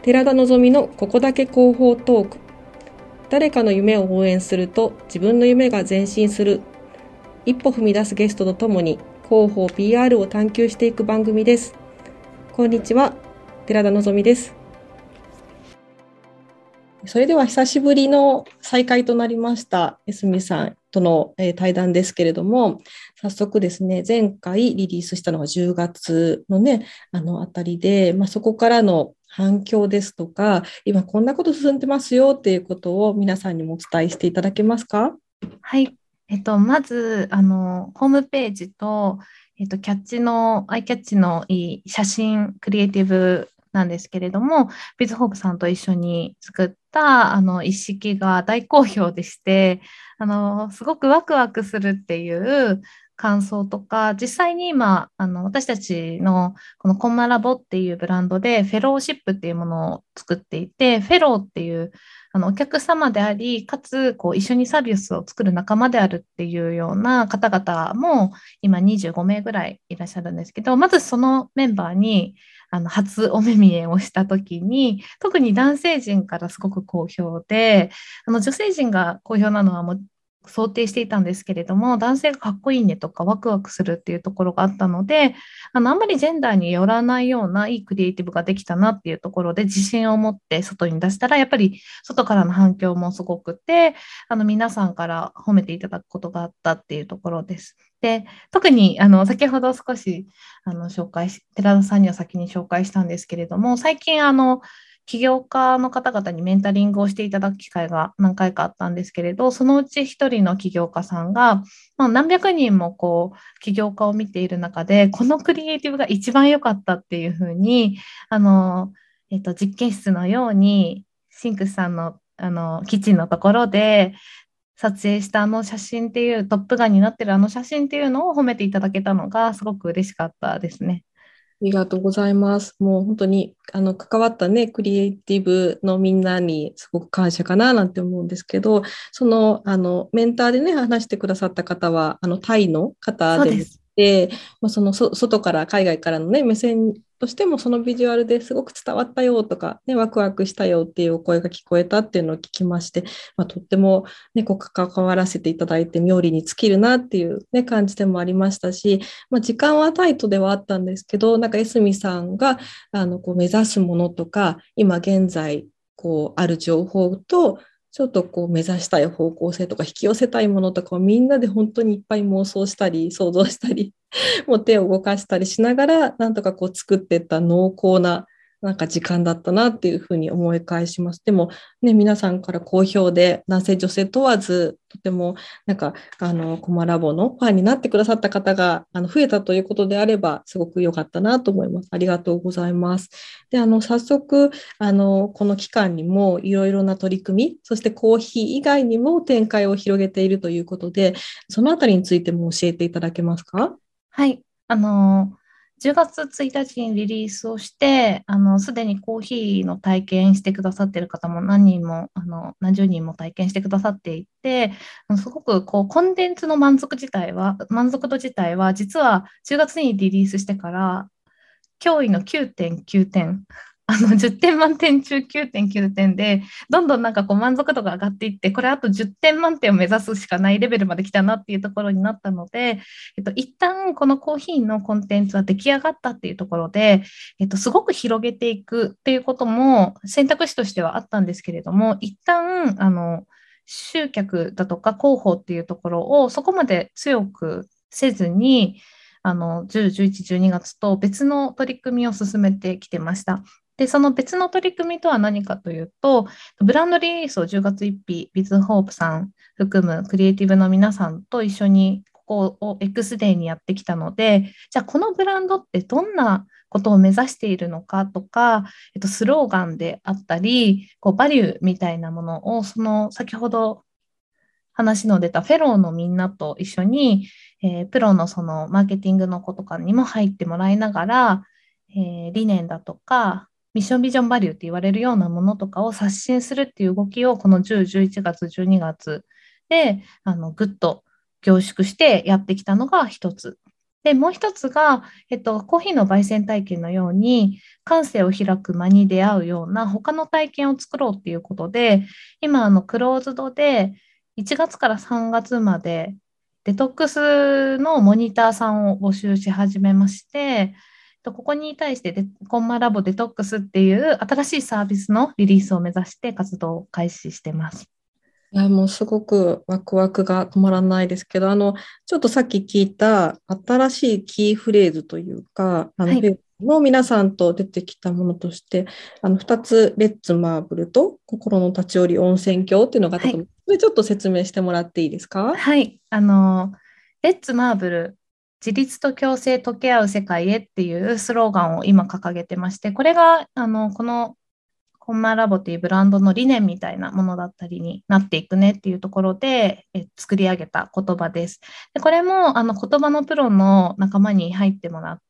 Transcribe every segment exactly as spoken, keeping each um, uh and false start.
寺田望のここだけ広報トーク。誰かの夢を応援すると自分の夢が前進する。一歩踏み出すゲストとともに広報 ピーアール を探求していく番組です。こんにちは、寺田望です。それでは久しぶりの再会となりました江角さんとの対談ですけれども、早速ですね、前回リリースしたのがじゅうがつのね、あのあたりで、まあ、そこからの反響ですとか、今こんなこと進んでますよっていうことを皆さんにもお伝えしていただけますか？ はい。えっと、まず、あの、ホームページと、えっと、キャッチの、アイキャッチのいい写真、クリエイティブなんですけれども、ビズホープさんと一緒に作った、あの、一式が大好評でして、あの、すごくワクワクするっていう感想とか、実際に今、あの、私たちの、このコンマラボっていうブランドで、フェローシップっていうものを作っていて、フェローっていう、あのお客様であり、かつこう一緒にサービスを作る仲間であるっていうような方々も今にじゅうごめいぐらいいらっしゃるんですけど、まずそのメンバーにあの初お目見えをしたときに、特に男性陣からすごく好評で、あの女性陣が好評なのはもう想定していたんですけれども、男性がかっこいいねとかワクワクするっていうところがあったので、あのあんまりジェンダーによらないようないいクリエイティブができたなっていうところで自信を持って外に出したら、やっぱり外からの反響もすごくて、あの皆さんから褒めていただくことがあったっていうところです。で、特にあの先ほど少しあの紹介し、寺田さんには先に紹介したんですけれども、最近あの起業家の方々にメンタリングをしていただく機会が何回かあったんですけれど、そのうち一人の起業家さんが、まあ、何百人もこう起業家を見ている中で、このクリエイティブが一番良かったっていうふうに、あの、えっと、実験室のように、シンクスさんの、あのキッチンのところで撮影したあの写真っていう、トップガンになってるあの写真っていうのを褒めていただけたのがすごく嬉しかったですね。 ありがとうございます。もう本当にあの関わったね、クリエイティブのみんなにすごく感謝かななんて思うんですけど、その、あのメンターでね、話してくださった方は、あのタイの方でもそうです。 で、まあ、そのそ外から、海外からのね、目線としても、そのビジュアルですごく伝わったよとか、ね、ワクワクしたよっていうお声が聞こえたっていうのを聞きまして、まあ、とっても、ね、こう関わらせていただいて、妙利に尽きるなっていう、ね、感じでもありましたし、まあ、時間はタイトではあったんですけど、なんか江角さんがあのこう目指すものとか、今現在こうある情報と、ちょっとこう目指したい方向性とか引き寄せたいものとかをみんなで本当にいっぱい妄想したり想像したりもう手を動かしたりしながらなんとかこう作っていった濃厚ななんか時間だったなっていうふうに思い返します。でもね、皆さんから好評で男性女性問わずとてもなんかあのコマラボのファンになってくださった方があの増えたということであればすごく良かったなと思います。ありがとうございます。で、あの早速あのこの期間にもいろいろな取り組み、そしてコーヒー以外にも展開を広げているということで、そのあたりについても教えていただけますか？ はい。あの、じゅうがつついたちにリリースをして、あの、すでにコーヒーの体験してくださっている方も何人も、あの、何十人も体験してくださっていて、あのすごくこう、コンテンツの満足自体は、満足度自体は、実はじゅうがつにリリースしてから、驚異のきゅうてんきゅうてん、あのじゅってん満点中きゅうてんきゅうてんで、どんどんなんかこう満足度が上がっていって、これあとじゅってん満点を目指すしかないレベルまで来たなっていうところになったので、えっと、一旦このコーヒーのコンテンツは出来上がったっていうところで、えっと、すごく広げていくっていうことも選択肢としてはあったんですけれども、一旦あの集客だとか広報っていうところをそこまで強くせずに、あのじゅう、じゅういち、じゅうにがつと別の取り組みを進めてきてました。で、その別の取り組みとは何かというと、ブランドリリースをじゅうがつついたち、ビズホープさん含むクリエイティブの皆さんと一緒にここを X デーにやってきたので、じゃあこのブランドってどんなことを目指しているのかとか、えっと、スローガンであったり、こうバリューみたいなものを、その先ほど話の出たフェローのみんなと一緒に、えープロのそのマーケティングの子とかにも入ってもらいながら、えー理念だとか、ミッションビジョンバリューって言われるようなものとかを刷新するっていう動きをこのじゅう、じゅういちがつ、じゅうにがつであのぐっと凝縮してやってきたのが一つ。 で、もう一つが、えっと、コーヒーの焙煎体験のように、感性を開く間に出会うような他の体験を作ろうっていうことで、今、あの、クローズドで、いちがつからさんがつまで、デトックスのモニターさんを募集し始めまして、とここに対してデ、コンマラボデトックスっていう新しいサービスのリリースを目指して活動を開始してます。 いや、もうすごくワクワクが止まらないですけど、あの、ちょっとさっき聞いた新しいキーフレーズというか、あの、 はい。 フェイの皆さんと出てきたものとして、あの、二つ、レッツマーブルと心の立ち寄り温泉郷っていうのがあったと思う。 はい。 これちょっと説明してもらっていいですか？ はい。あの、レッツマーブル、自立と共生溶け合う世界へっていうスローガンを今掲げてまして、これが、あの、このコンマラボっていうブランドの理念みたいなものだったりになっていくねっていうところでえ作り上げた言葉です。で、これもあの言葉のプロの仲間に入ってもらって、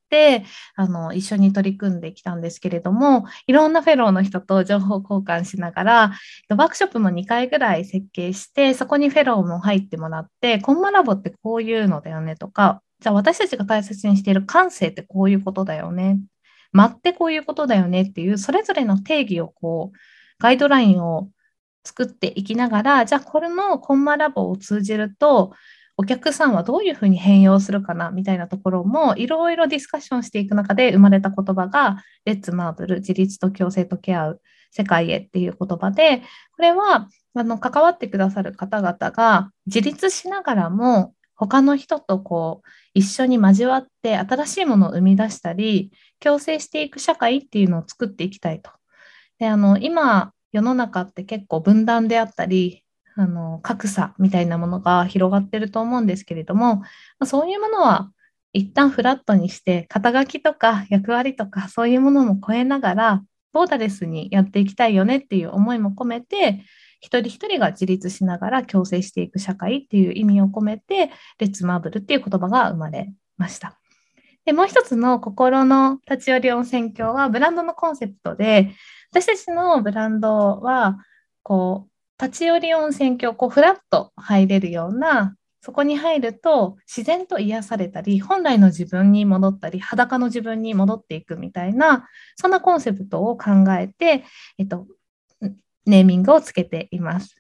あの一緒に取り組んできたんですけれども、いろんなフェローの人と情報交換しながら、ワークショップもにかいぐらい設計して、そこにフェローも入ってもらって、コンマラボってこういうのだよねとか、じゃあ私たちが大切にしている感性ってこういうことだよね。間ってこういうことだよねっていう、それぞれの定義をこう、ガイドラインを作っていきながら、じゃあこれのコンマラボを通じると、お客さんはどういうふうに変容するかなみたいなところもいろいろディスカッションしていく中で生まれた言葉が、レッツマーブル、自立と共生とケアう世界へっていう言葉で、これはあの関わってくださる方々が自立しながらも、他の人とこう一緒に交わって新しいものを生み出したり、共生していく社会っていうのを作っていきたいと。で、あの、今、世の中って結構分断であったり、あの、格差みたいなものが広がってると思うんですけれども、まあそういうものは一旦フラットにして、肩書きとか役割とかそういうものも超えながら、ボーダレスにやっていきたいよねっていう思いも込めて、一人一人が自立しながら共生していく社会っていう意味を込めて、レッツマーブルっていう言葉が生まれました。で、もう一つの心の立ち寄り温泉郷はブランドのコンセプトで、私たちのブランドは、こう、立ち寄り温泉郷、こう、フラッと入れるような、そこに入ると自然と癒されたり、本来の自分に戻ったり、裸の自分に戻っていくみたいな、そんなコンセプトを考えて、えっと、ネーミングをつけています。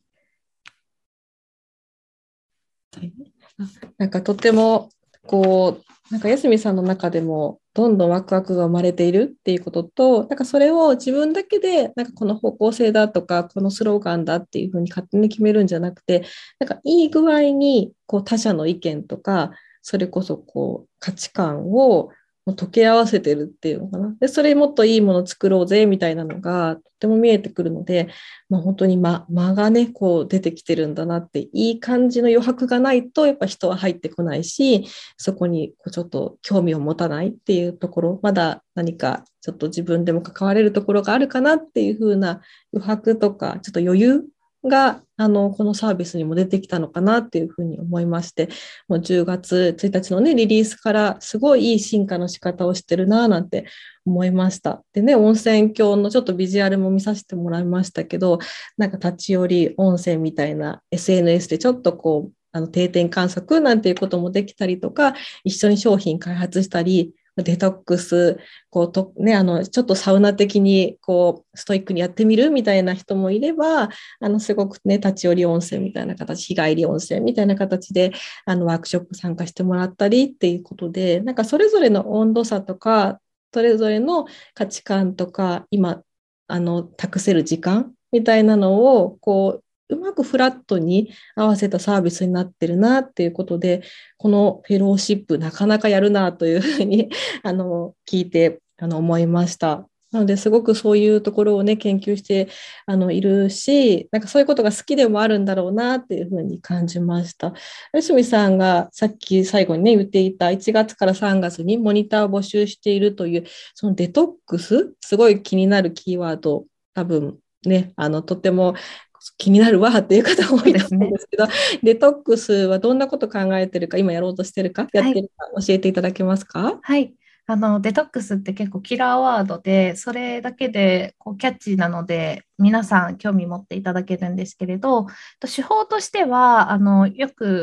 はい、なんかとてもこうなんか安見さんの中でもどんどんワクワクが生まれているっていうことと、なんかそれを自分だけでなんかこの方向性だとかこのスローガンだっていうふうに勝手に決めるんじゃなくて、なんかいい具合にこう他者の意見とかそれこそこう価値観をもう溶け合わせてるっていうのかな。で、それもっといいもの作ろうぜみたいなのがとても見えてくるので、まあ、本当に間、間がね、こう出てきてるんだなって、いい感じの余白がないと、やっぱ人は入ってこないし、そこにこうちょっと興味を持たないっていうところ、まだ何かちょっと自分でも関われるところがあるかなっていう風な余白とか、ちょっと余裕があのこのサービスにも出てきたのかなっていうふうに思いまして、もうじゅうがつついたちのね、リリースからすごいいい進化の仕方をしてるななんて思いました。でね、温泉郷のちょっとビジュアルも見させてもらいましたけど、なんか立ち寄り温泉みたいな エスエヌエス でちょっとこう、あの定点観測なんていうこともできたりとか、一緒に商品開発したり、デトックス、こうとね、あのちょっとサウナ的にこうストイックにやってみるみたいな人もいれば、あのすごくね、立ち寄り温泉みたいな形、日帰り温泉みたいな形であのワークショップ参加してもらったりっていうことで、なんかそれぞれの温度差とか、それぞれの価値観とか、今あの託せる時間みたいなのをこううまくフラットに合わせたサービスになってるなっていうことで、このフェローシップなかなかやるなというふうにあの聞いてあの思いました。なのですごくそういうところをね研究してあのいるし、なんかそういうことが好きでもあるんだろうなっていうふうに感じました。吉見さんがさっき最後にね言っていたいちがつからさんがつにモニターを募集しているというそのデトックス、すごい気になるキーワード、多分ね、あのとても気になるわっていう方も多いと思うんですけど、デトックスはどんなこと考えてるか、今やろうとしてるか、やってるか、教えていただけますか？ はい。あの、デトックスって結構キラーワードで、それだけでこうキャッチーなので、皆さん興味持っていただけるんですけれど、手法としては、あの、よく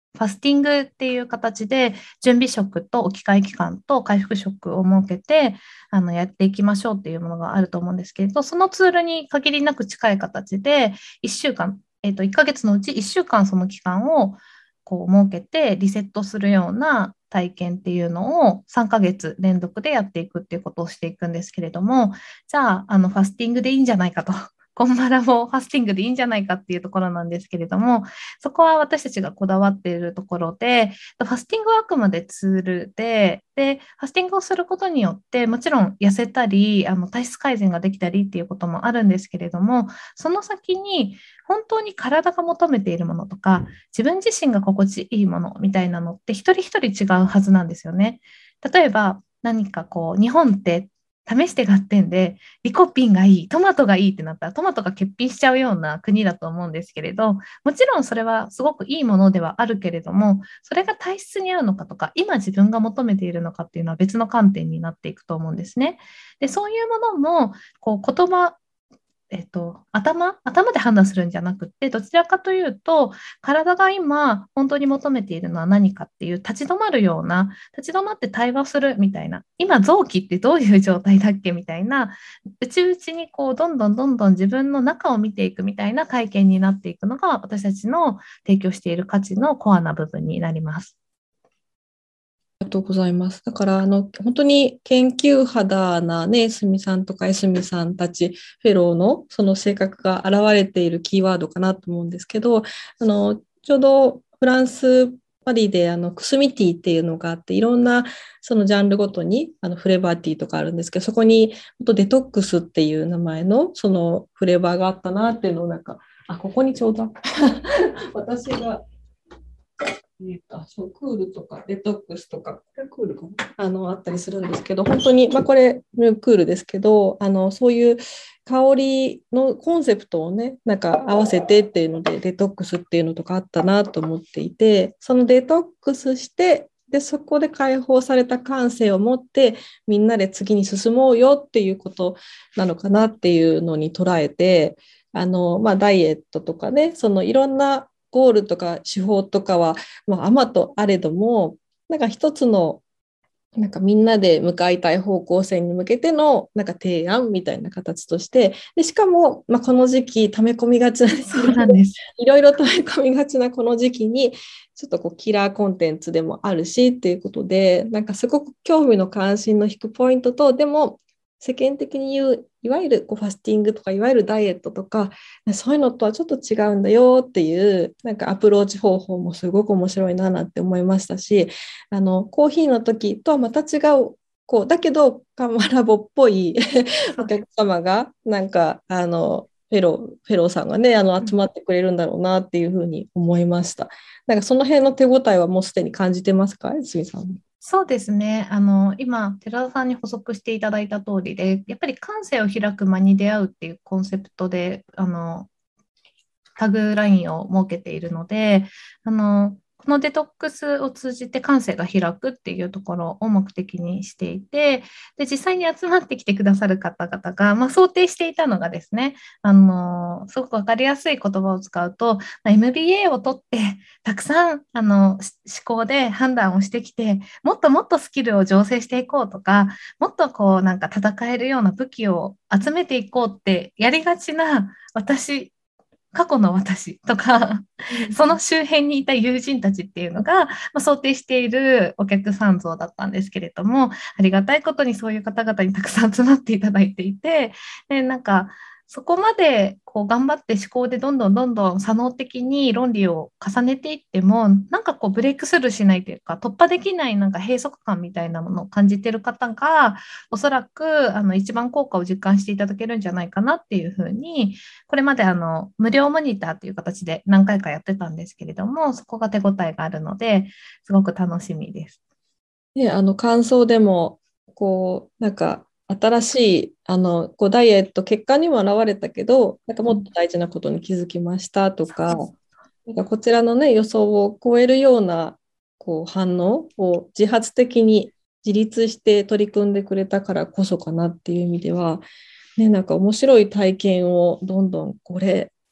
ファスティングっていう形で準備食と置き換え期間と回復食を設けてあのやっていきましょうっていうものがあると思うんですけれど、そのツールに限りなく近い形でいっしゅうかん、えっと、いっかげつのうちいっしゅうかんその期間をこう設けてリセットするような体験っていうのをさんかげつ連続でやっていくっていうことをしていくんですけれども、じゃあ、あのファスティングでいいんじゃないかと。コンマラもファスティングでいいんじゃないかっていうところなんですけれども、そこは私たちがこだわっているところで、ファスティングはあくまでツールで、で、ファスティングをすることによって、もちろん痩せたり、あの体質改善ができたりっていうこともあるんですけれども、その先に本当に体が求めているものとか、自分自身が心地いいものみたいなのって一人一人違うはずなんですよね。例えば何かこう、日本って試して合点でリコピンがいい、トマトがいいってなったらトマトが欠品しちゃうような国だと思うんですけれど、もちろんそれはすごくいいものではあるけれども、それが体質に合うのかとか、今自分が求めているのかっていうのは別の観点になっていくと思うんですね。で、そういうものもこう言葉えっと、頭、頭で判断するんじゃなくて、どちらかというと、体が今本当に求めているのは何かっていう立ち止まるような、立ち止まって対話するみたいな、今臓器ってどういう状態だっけみたいな、内々にこう、どんどんどんどん自分の中を見ていくみたいな体験になっていくのが、私たちの提供している価値のコアな部分になります。 ありがとうございます。だからあの本当に研究肌なね、すみさんとかえすみさんたちフェローのその性格が現れているキーワードかなと思うんですけど、あのちょうどフランスパリであのクスミティっていうのがあって、いろんなそのジャンルごとにあのフレーバーティーとかあるんですけど、そこにデトックスっていう名前のそのフレーバーがあったなっていうのをなんか、あ、ここにちょうど私がえー、そうクールとかデトックスとか、これクールかなあのあったりするんですけど、本当に、まあ、これクールですけど、あのそういう香りのコンセプトをね、なんか合わせてっていうので、デトックスっていうのとかあったなと思っていて、そのデトックスして、でそこで解放された感性を持って、みんなで次に進もうよっていうことなのかなっていうのに捉えて、あのまあ、ダイエットとかね、そのいろんなゴールとか手法とかは、まあ、あまとあれども、なんか一つのなんかみんなで向かいたい方向性に向けてのなんか提案みたいな形として、でしかも、まあ、この時期溜め込みがちな、 そうなんです。 いろいろ溜め込みがちなこの時期にちょっとこうキラーコンテンツでもあるしっていうことで、なんかすごく興味の関心の引くポイントと、でも世間的に言ういわゆるこうファスティングとかいわゆるダイエットとかそういうのとはちょっと違うんだよっていうなんかアプローチ方法もすごく面白いななんて思いましたし、あのコーヒーの時とはまた違うこうだけどカマラボっぽいお客様がなんかあのフェロー、フェローさんがねあの集まってくれるんだろうなっていうふうに思いました。なんかその辺の手応えはもうすでに感じてますか、泉さん。 そうですね。あの、今、寺田さんに補足していただいた通りで、やっぱり感性を開く間に出会うっていうコンセプトで、あの、タグラインを設けているので、あの、このデトックスを通じて感性が開くっていうところを目的にしていて、で、実際に集まってきてくださる方々が、まあ、想定していたのがですね、あの、すごくわかりやすい言葉を使うと、まあ、エムビーエー を取って、たくさん、あの、思考で判断をしてきて、もっともっとスキルを醸成していこうとか、もっとこう、なんか戦えるような武器を集めていこうってやりがちな私過去の私とか、その周辺にいた友人たちっていうのが、まあ、想定しているお客さん像だったんですけれども、ありがたいことにそういう方々にたくさん集まっていただいていて、でなんかそこまでこう頑張って思考でどんどんどんどん作能的に論理を重ねていっても、なんかこうブレイクスルーしないというか、突破できないなんか閉塞感みたいなものを感じている方が、おそらくあの一番効果を実感していただけるんじゃないかなっていうふうに、これまであの無料モニターという形で何回かやってたんですけれども、そこが手応えがあるので、すごく楽しみです。 ね、あの感想でもこうなんか新しいあのこうダイエット結果にも表れたけど、なんかもっと大事なことに気づきましたとか、なんかこちらの、ね、予想を超えるようなこう反応を自発的に自立して取り組んでくれたからこそかなっていう意味では、ね、なんか面白い体験をどんどんこれ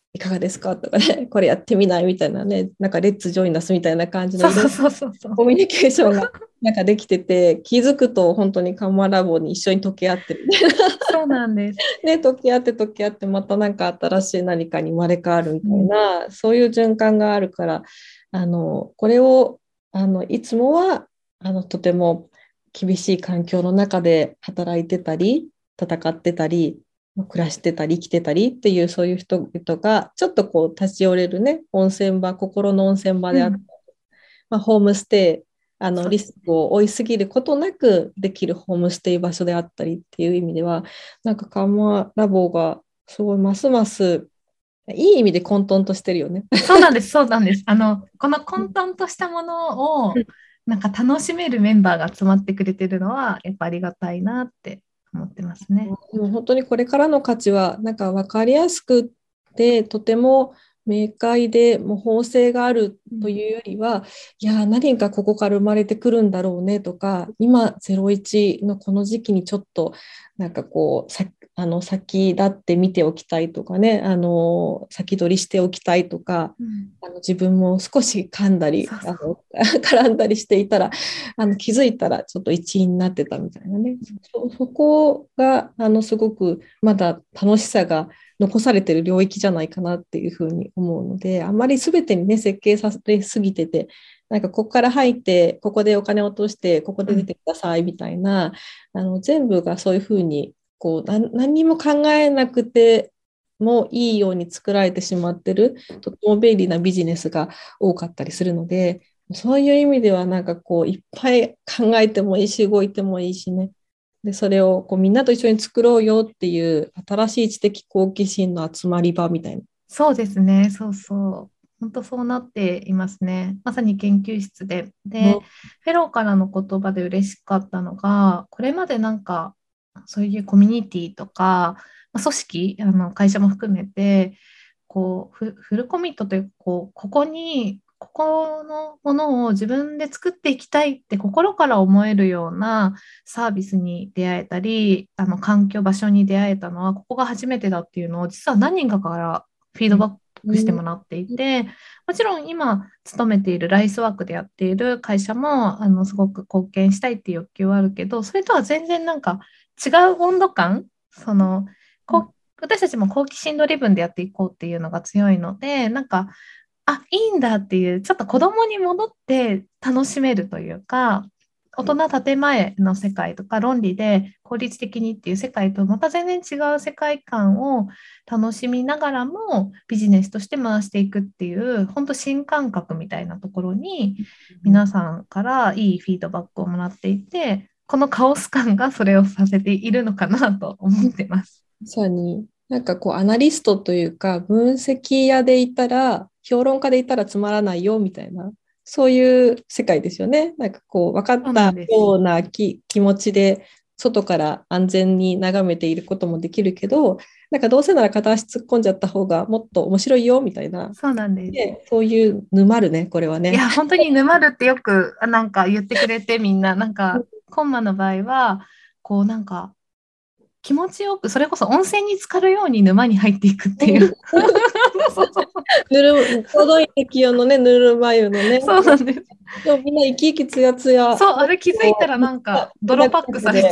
いかがですかとかね、これやってみないみたいなね、なんかレッツジョイナスみたいな感じのそうそういろんなそうそうそう。 コミュニケーションがなんかできてて、気づくと本当にカンマラボに一緒に溶け合ってるそうなんです。 ね、溶け合って溶け合ってまたなんか新しい何かに生まれ変わるみたいな、うん、そういう循環があるから、あのこれをあのいつもはあのとても厳しい環境の中で働いてたり戦ってたり暮らしてたり生きてたりっていうそういう人々がちょっとこう立ち寄れるね温泉場、心の温泉場であったり、うん、まあ、ホームステイ、あのリスクを負いすぎることなくできるホームステイ場所であったりっていう意味では、なんかカンマラボがすごいますますいい意味で混沌としてるよね。 そうなんです、そうなんです。あの、この混沌としたものをなんか楽しめるメンバーが集まってくれてるのはやっぱありがたいなって思ってますね。 でも本当にこれからの価値はなんか分かりやすくてとても明快でもう法制があるというよりは、いや何かここから生まれてくるんだろうねとか、今ゼロイチのこの時期にちょっとなんかこうさあの先立って見ておきたいとかね、あの先取りしておきたいとか、うん、あの自分も少し噛んだりそうそうあの絡んだりしていたらあの気づいたらちょっと一員になってたみたいなね、そ, そこがあのすごくまだ楽しさが残されてる領域じゃないかなっていうふうに思うので、あんまり全てにね設計されすぎてて、なんかここから入ってここでお金を落としてここで出てくださいみたいな、うん、あの全部がそういうふうにこう何、何にも考えなくてもいいように作られてしまってるとても便利なビジネスが多かったりするので、そういう意味ではなんかこういっぱい考えてもいいし動いてもいいしね、でそれをこうみんなと一緒に作ろうよっていう新しい知的好奇心の集まり場みたいな。 そうですね、そうそう。本当そうなっていますね。まさに研究室で。で、うん、フェローからの言葉で嬉しかったのが、これまでなんかそういうコミュニティとか、組織、あの会社も含めて、こうフ、フルコミットというか、こう、ここに、ここのものを自分で作っていきたいって心から思えるようなサービスに出会えたり、あの環境、場所に出会えたのは、ここが初めてだっていうのを、実は何人かからフィードバックしてもらっていて、もちろん今勤めているライスワークでやっている会社もあのすごく貢献したいっていう欲求はあるけど、それとは全然なんか違う温度感、そのこ私たちも好奇心ドリブンでやっていこうっていうのが強いので、なんかあ、いいんだっていうちょっと子供に戻って楽しめるというか、大人建前の世界とか論理で効率的にっていう世界とまた全然違う世界観を楽しみながらもビジネスとして回していくっていう本当新感覚みたいなところに皆さんからいいフィードバックをもらっていて、このカオス感がそれをさせているのかなと思ってます。 まさになんかこうアナリストというか分析屋でいたら評論家でいたらつまらないよみたいな、そういう世界ですよね。なんかこう分かったような気、気持ちで外から安全に眺めていることもできるけど、なんかどうせなら片足突っ込んじゃった方がもっと面白いよみたいな。 そうなんです。 でそういう沼るね、これはね。 いや、本当に沼るってよくなんか言ってくれてみんな、なんかコンマの場合は、こうなんか気持ちよく、それこそ温泉に浸かるように沼に入っていくっていう。 ぬるちょうどいい適温のね、ぬるま湯のね。 そうなんです。 でもみんな生き生きつやつや。 そう、あれ気づいたらなんか泥パックされて。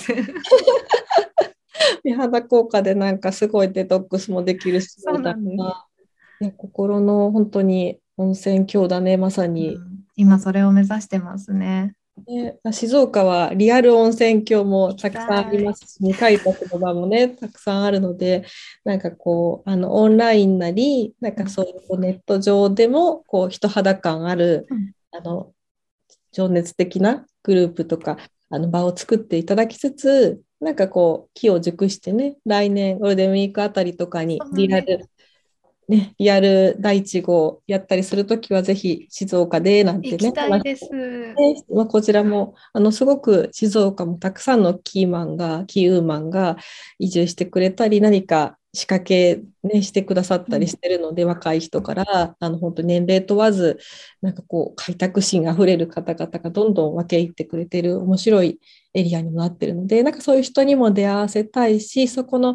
美肌効果でなんかすごいデトックスもできるし、 そうなんです。 ね、心の本当に温泉郷だね、まさに。 うん、今それを目指してますね。 ね、静岡はリアル温泉郷もたくさんありますし、未開拓の場もね、たくさんあるので、なんかこう、あのオンラインなり、なんかそういうネット上でも、こう、人肌感ある、うん、あの、情熱的なグループとか、あの場を作っていただきつつ、なんかこう、機を熟してね、来年ゴールデンウィークあたりとかにリアル、ね、リアル第一号やったりするときはぜひ静岡でなんてね。 行きたいです。 まあ、こちらもあのすごく静岡もたくさんのキーマンが、キーウーマンが移住してくれたり、何か仕掛け、ね、してくださったりしてるので、うん、若い人からあの本当年齢問わず、なんかこう開拓心あふれる方々がどんどん分け入ってくれてる面白いエリアにもなってるので、なんかそういう人にも出会わせたいし、そこの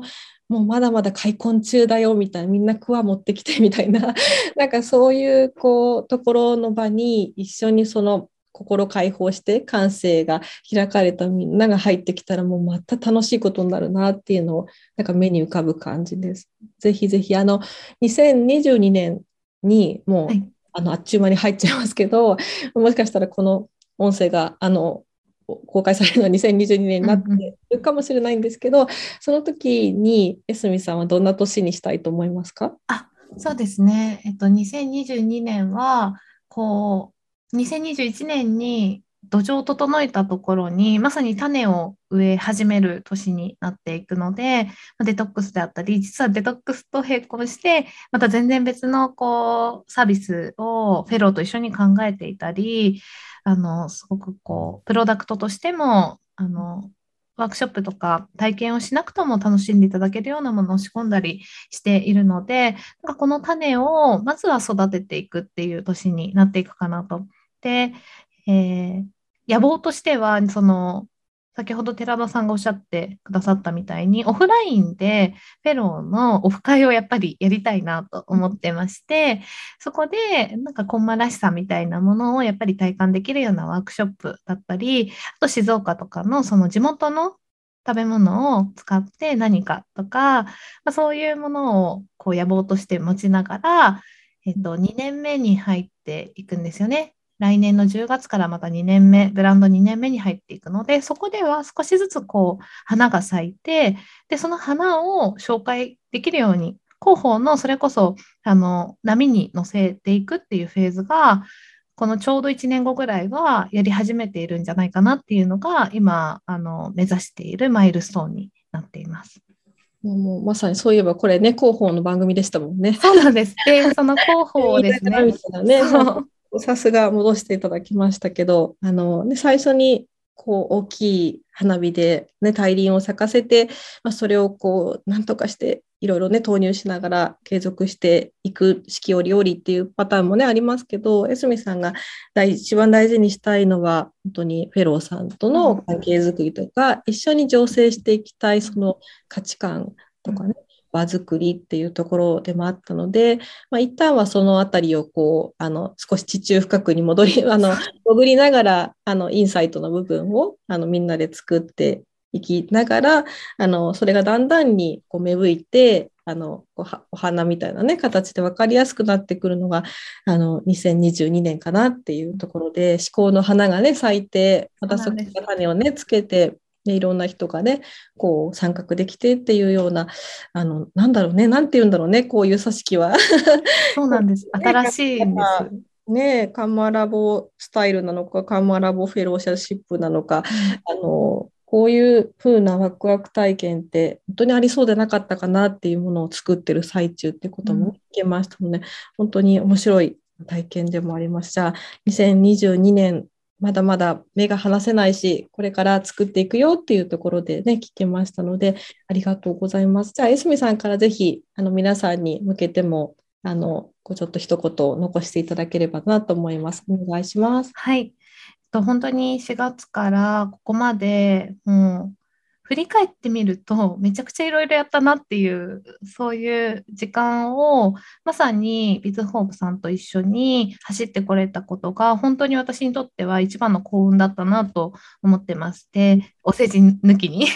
もうまだまだ開墾中だよみたいな、みんなクワ持ってきてみたいななんかそういうこうところの場に一緒にその心解放して感性が開かれたみんなが入ってきたら、もうまた楽しいことになるなっていうのをなんか目に浮かぶ感じです。ぜひぜひあのにせんにじゅうにねんにもう、 はい、 あのあっちゅう間に入っちゃいますけど、もしかしたらこの音声があの公開されるのはにせんにじゅうにねんになってうんうん、 るかもしれないんですけど、その時に江角さんはどんな年にしたいと思いますか？ あ、そうですね。えっと、にせんにじゅうにねんは、こう、にせんにじゅういちねんに土壌を整えたところに、まさに種を植え始める年になっていくので、まあデトックスであったり、実はデトックスと並行して、また全然別のこうサービスをフェローと一緒に考えていたり、あの、すごくこう、プロダクトとしても、あの、ワークショップとか体験をしなくとも楽しんでいただけるようなものを仕込んだりしているので、なんかこの種をまずは育てていくっていう年になっていくかなと。で、えー野望としては、その、先ほど寺田さんがおっしゃってくださったみたいに、オフラインでフェローのオフ会をやっぱりやりたいなと思ってまして、そこでなんかコンマらしさみたいなものをやっぱり体感できるようなワークショップだったり、あと静岡とかのその地元の食べ物を使って何かとか、まあ、そういうものをこう野望として持ちながら、えっと、にねんめに入っていくんですよね。来年のじゅうがつからまたにねんめ、ブランドにねんめに入っていくので、そこでは少しずつこう花が咲いて、で、その花を紹介できるように、広報のそれこそあの波に乗せていくっていうフェーズが、このちょうどいちねんごぐらいはやり始めているんじゃないかなっていうのが、今、あの目指しているマイルストーンになっています。 もうまさにそういえばこれね、広報の番組でしたもんね。 そうなんです。で、その広報をですね、 みたいなね、もそう、 うさすが戻していただきましたけど、あの、ね、最初にこう大きい花火で、ね、大輪を咲かせて、まあ、それをこうなんとかしていろいろね投入しながら継続していく四季折々っていうパターンもねありますけど、江角さんが大一番大事にしたいのは本当にフェローさんとのうん、 関係づくりとか、一緒に醸成していきたいその価値観とかね、場作りっていうところでもあったので、まあ、一旦はそのあたりをこうあの少し地中深くに戻りあの潜りながらあのインサイトの部分をあのみんなで作っていきながら、あのそれがだんだんにこう芽吹いて、あのお花みたいな、ね、形で分かりやすくなってくるのがあのにせんにじゅうにねんかなっていうところで、思考の花がね咲いて、またそこから種をねつけて、でいろんな人がねこう参画できてっていうような、あのなんだろうね、なんて言うんだろうね、こういう組織はそうなんです。新しいんです。 ね、カンマラボスタイルなのか、カンマラボフェローシャシップなのか、 うん、 あのこういう風なワクワク体験って本当にありそうでなかったかなっていうものを作ってる最中ってことも聞けましたので、本当に面白い体験でもありました。にせんにじゅうにねんまだまだ目が離せないし、これから作っていくよっていうところでね、聞けましたので、ありがとうございます。じゃあ、江角さんからぜひ、あの皆さんに向けても、あの、こうちょっと一言残していただければなと思います。お願いします。 はい。と本当にしがつからここまでもう振り返ってみるとめちゃくちゃいろいろやったなっていうそういう時間をまさにビズホープさんと一緒に走ってこれたことが本当に私にとっては一番の幸運だったなと思ってまして、お世辞抜きに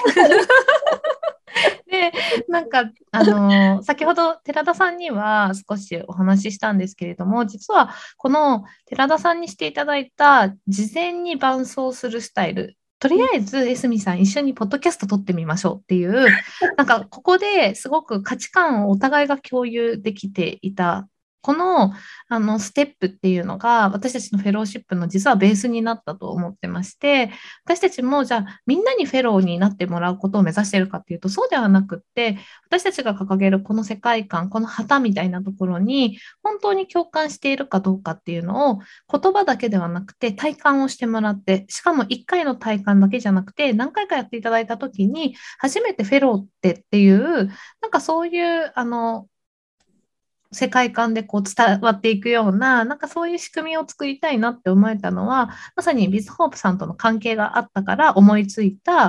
で、なんか、あのー先ほど寺田さんには少しお話ししたんですけれども、実はこの寺田さんにしていただいた事前に伴走するスタイル、とりあえず江角さん一緒にポッドキャスト撮ってみましょうっていう、なんかここですごく価値観をお互いが共有できていた。この、あのステップっていうのが私たちのフェローシップの実はベースになったと思ってまして、私たちもじゃあみんなにフェローになってもらうことを目指しているかっていうとそうではなくって、私たちが掲げるこの世界観、この旗みたいなところに本当に共感しているかどうかっていうのを言葉だけではなくて体感をしてもらって、しかもいっかいの体感だけじゃなくて何回かやっていただいた時に初めてフェローってっていうなんかそういうあの世界観でこう伝わっていくような、なんかそういう仕組みを作りたいなって思えたのは、まさにビズホープさんとの関係があったから思いついた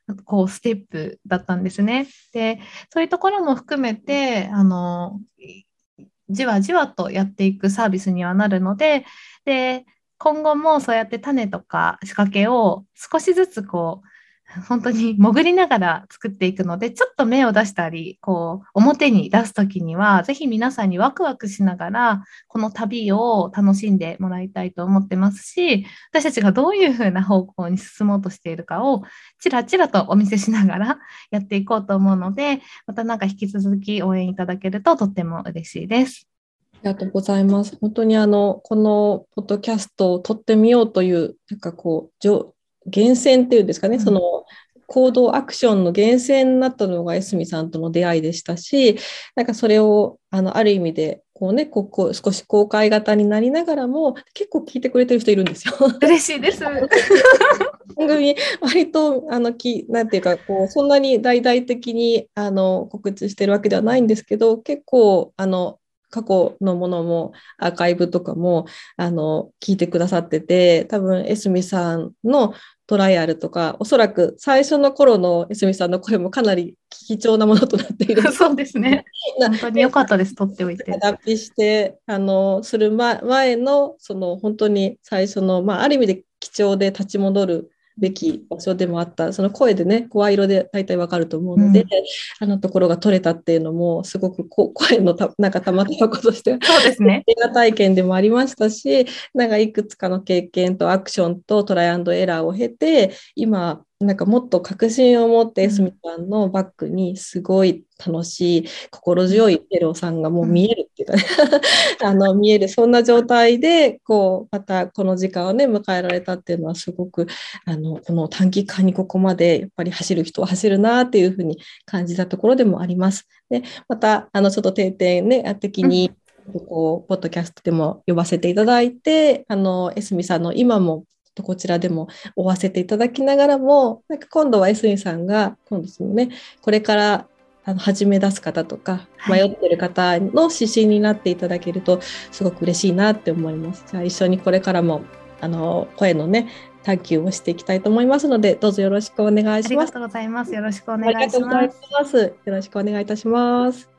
こうステップだったんですね。で、そういうところも含めて、あの、じわじわとやっていくサービスにはなるので、で、今後もそうやって種とか仕掛けを少しずつこう、本当に潜りながら作っていくので、ちょっと芽を出したり、こう、表に出すときには、ぜひ皆さんにワクワクしながら、この旅を楽しんでもらいたいと思ってますし、私たちがどういうふうな方向に進もうとしているかを、ちらちらとお見せしながらやっていこうと思うので、またなんか引き続き応援いただけるととっても嬉しいです。 ありがとうございます。本当にあの、このポッドキャストを撮ってみようという、なんかこう、じょ源泉っていうんですかね、 うん、 その行動アクションの源泉になったのが江角さんとの出会いでしたし、なんかそれをあのある意味でこうね、ここ少し公開型になりながらも結構聞いてくれてる人いるんですよ。 嬉しいです。 番組割とあのきなんていうかこうそんなに大々的にあの告知してるわけではないんですけど、結構あの過去のものもアーカイブとかもあの聞いてくださってて、多分江角さんのトライアルとか、おそらく最初の頃の江角さんの声もかなり貴重なものとなっている。 そうですね。本当に良かったです、取っておいて。 脱皮してあのする前のその本当に最初の、まあ、ある意味で貴重で立ち戻るべき場所でもあった、その声でね、声色で大体わかると思うので、うん、あのところが取れたっていうのも、すごくこ声のたなんかたまたまことして、 そうですね。 映画体験でもありましたし、なんかいくつかの経験とアクションとトライアンドエラーを経て、今、なんかもっと確信を持って江角さんのバックにすごい楽しい、心強いペロさんがもう見えるっていうかね、あの見える、そんな状態でこうまたこの時間をね迎えられたっていうのはすごくあのこの短期間にここまでやっぱり走る人は走るなっていうふうに感じたところでもあります。でまたあのちょっと定点ね的に、うん、こうポッドキャストでも呼ばせていただいて、あの江角さんの今もこちらでも追わせていただきながらも、なんか今度は江角さんが今度そのねこれからあの始め出す方とか迷ってる方の指針になっていただけるとすごく嬉しいなって思います。じゃあ一緒にこれからもあの声のね探求をしていきたいと思いますので、どうぞよろしくお願いします。 ありがとうございます。よろしくお願いします。 ありがとうございます。よろしくお願いいたします。